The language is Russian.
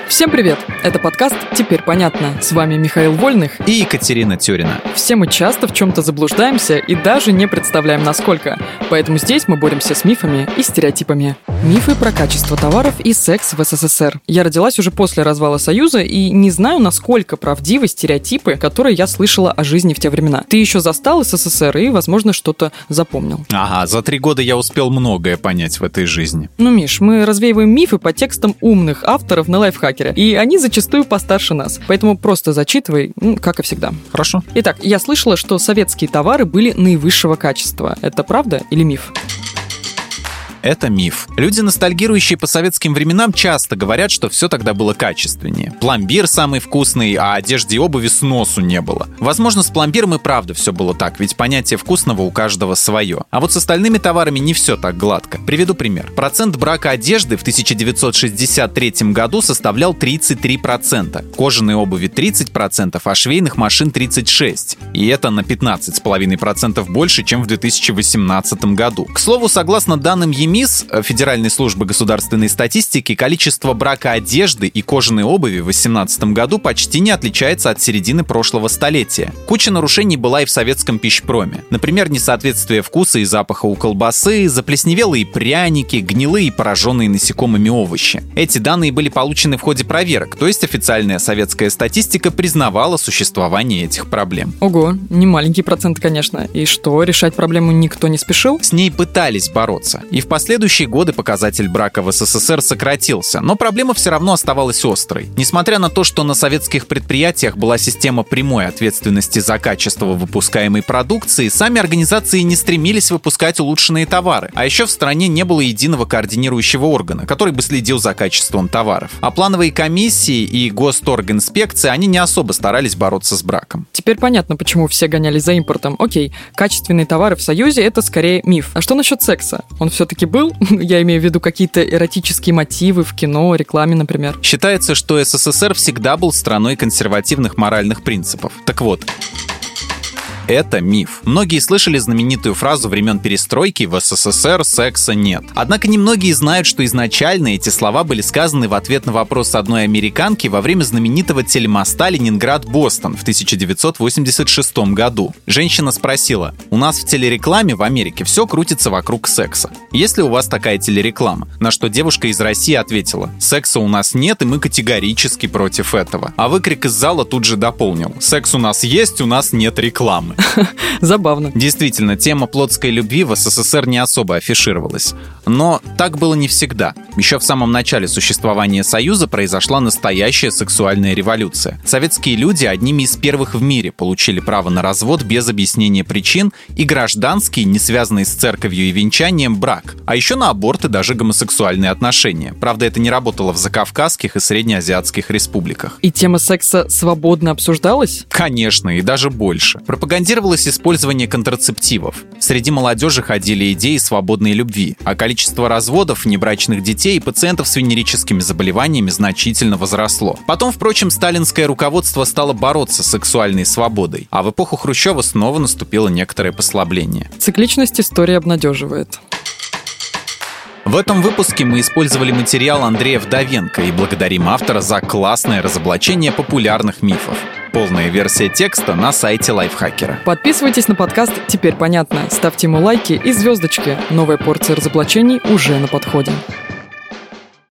Всем привет! Это подкаст «Теперь понятно». С вами Михаил Вольных и Екатерина Тюрина. Все мы часто в чем-то заблуждаемся и даже не представляем, насколько. Поэтому здесь мы боремся с мифами и стереотипами. Мифы про качество товаров и секс в СССР. Я родилась уже после развала Союза и не знаю, насколько правдивы стереотипы, которые я слышала о жизни в те времена. Ты еще застал СССР и, возможно, что-то запомнил. Ага, за 3 года я успел многое понять в этой жизни. Ну, Миш, мы развеиваем мифы по текстам умных авторов на Лайфхакере. И они зачастую постарше нас. Поэтому просто зачитывай, как и всегда. Хорошо. Итак, я слышала, что советские товары были наивысшего качества. Это правда или миф? Это миф. Люди, ностальгирующие по советским временам, часто говорят, что все тогда было качественнее. Пломбир самый вкусный, а одежде и обуви сносу не было. Возможно, с пломбиром и правда все было так, ведь понятие вкусного у каждого свое. А вот с остальными товарами не все так гладко. Приведу пример. Процент брака одежды в 1963 году составлял 33%, кожаной обуви 30%, а швейных машин 36%. И это на 15,5% больше, чем в 2018 году. К слову, согласно данным ЕМИС, Федеральной службы государственной статистики, количество брака одежды и кожаной обуви в 2018 году почти не отличается от середины прошлого столетия. Куча нарушений была и в советском пищепроме. Например, несоответствие вкуса и запаха у колбасы, заплесневелые пряники, гнилые и пораженные насекомыми овощи. Эти данные были получены в ходе проверок, то есть официальная советская статистика признавала существование этих проблем. Ого, не маленький процент, конечно. И что, решать проблему никто не спешил? С ней пытались бороться. И в последующие годы показатель брака в СССР сократился, но проблема все равно оставалась острой. Несмотря на то, что на советских предприятиях была система прямой ответственности за качество выпускаемой продукции, сами организации не стремились выпускать улучшенные товары. А еще в стране не было единого координирующего органа, который бы следил за качеством товаров. А плановые комиссии и госторгинспекции, они не особо старались бороться с браком. Теперь понятно, почему все гонялись за импортом. Окей, качественные товары в Союзе — это скорее миф. А что насчет секса? Он все-таки был? Я имею в виду какие-то эротические мотивы в кино, рекламе, например. Считается, что СССР всегда был страной консервативных моральных принципов. Так вот, это миф. Многие слышали знаменитую фразу времен перестройки: в СССР секса нет. Однако немногие знают, что изначально эти слова были сказаны в ответ на вопрос одной американки во время знаменитого телемоста Ленинград-Бостон в 1986 году. Женщина спросила: «У нас в телерекламе в Америке все крутится вокруг секса. Есть ли у вас такая телереклама?» На что девушка из России ответила: «Секса у нас нет, и мы категорически против этого». А выкрик из зала тут же дополнил: «Секс у нас есть, у нас нет рекламы». Забавно. Действительно, тема плотской любви в СССР не особо афишировалась. Но так было не всегда. Еще в самом начале существования Союза произошла настоящая сексуальная революция. Советские люди одними из первых в мире получили право на развод без объяснения причин и гражданский, не связанный с церковью и венчанием, брак. А еще на аборт и даже гомосексуальные отношения. Правда, это не работало в закавказских и среднеазиатских республиках. И тема секса свободно обсуждалась? Конечно, и даже больше. Пропагандировалось использование контрацептивов. Среди молодежи ходили идеи свободной любви, а количество разводов, внебрачных детей и пациентов с венерическими заболеваниями значительно возросло. Потом, впрочем, сталинское руководство стало бороться с сексуальной свободой, а в эпоху Хрущева снова наступило некоторое послабление. Цикличность истории обнадеживает. В этом выпуске мы использовали материал Андрея Вдовенко и благодарим автора за классное разоблачение популярных мифов. Полная версия текста на сайте Лайфхакера. Подписывайтесь на подкаст «Теперь понятно», ставьте ему лайки и звездочки. Новая порция разоблачений уже на подходе.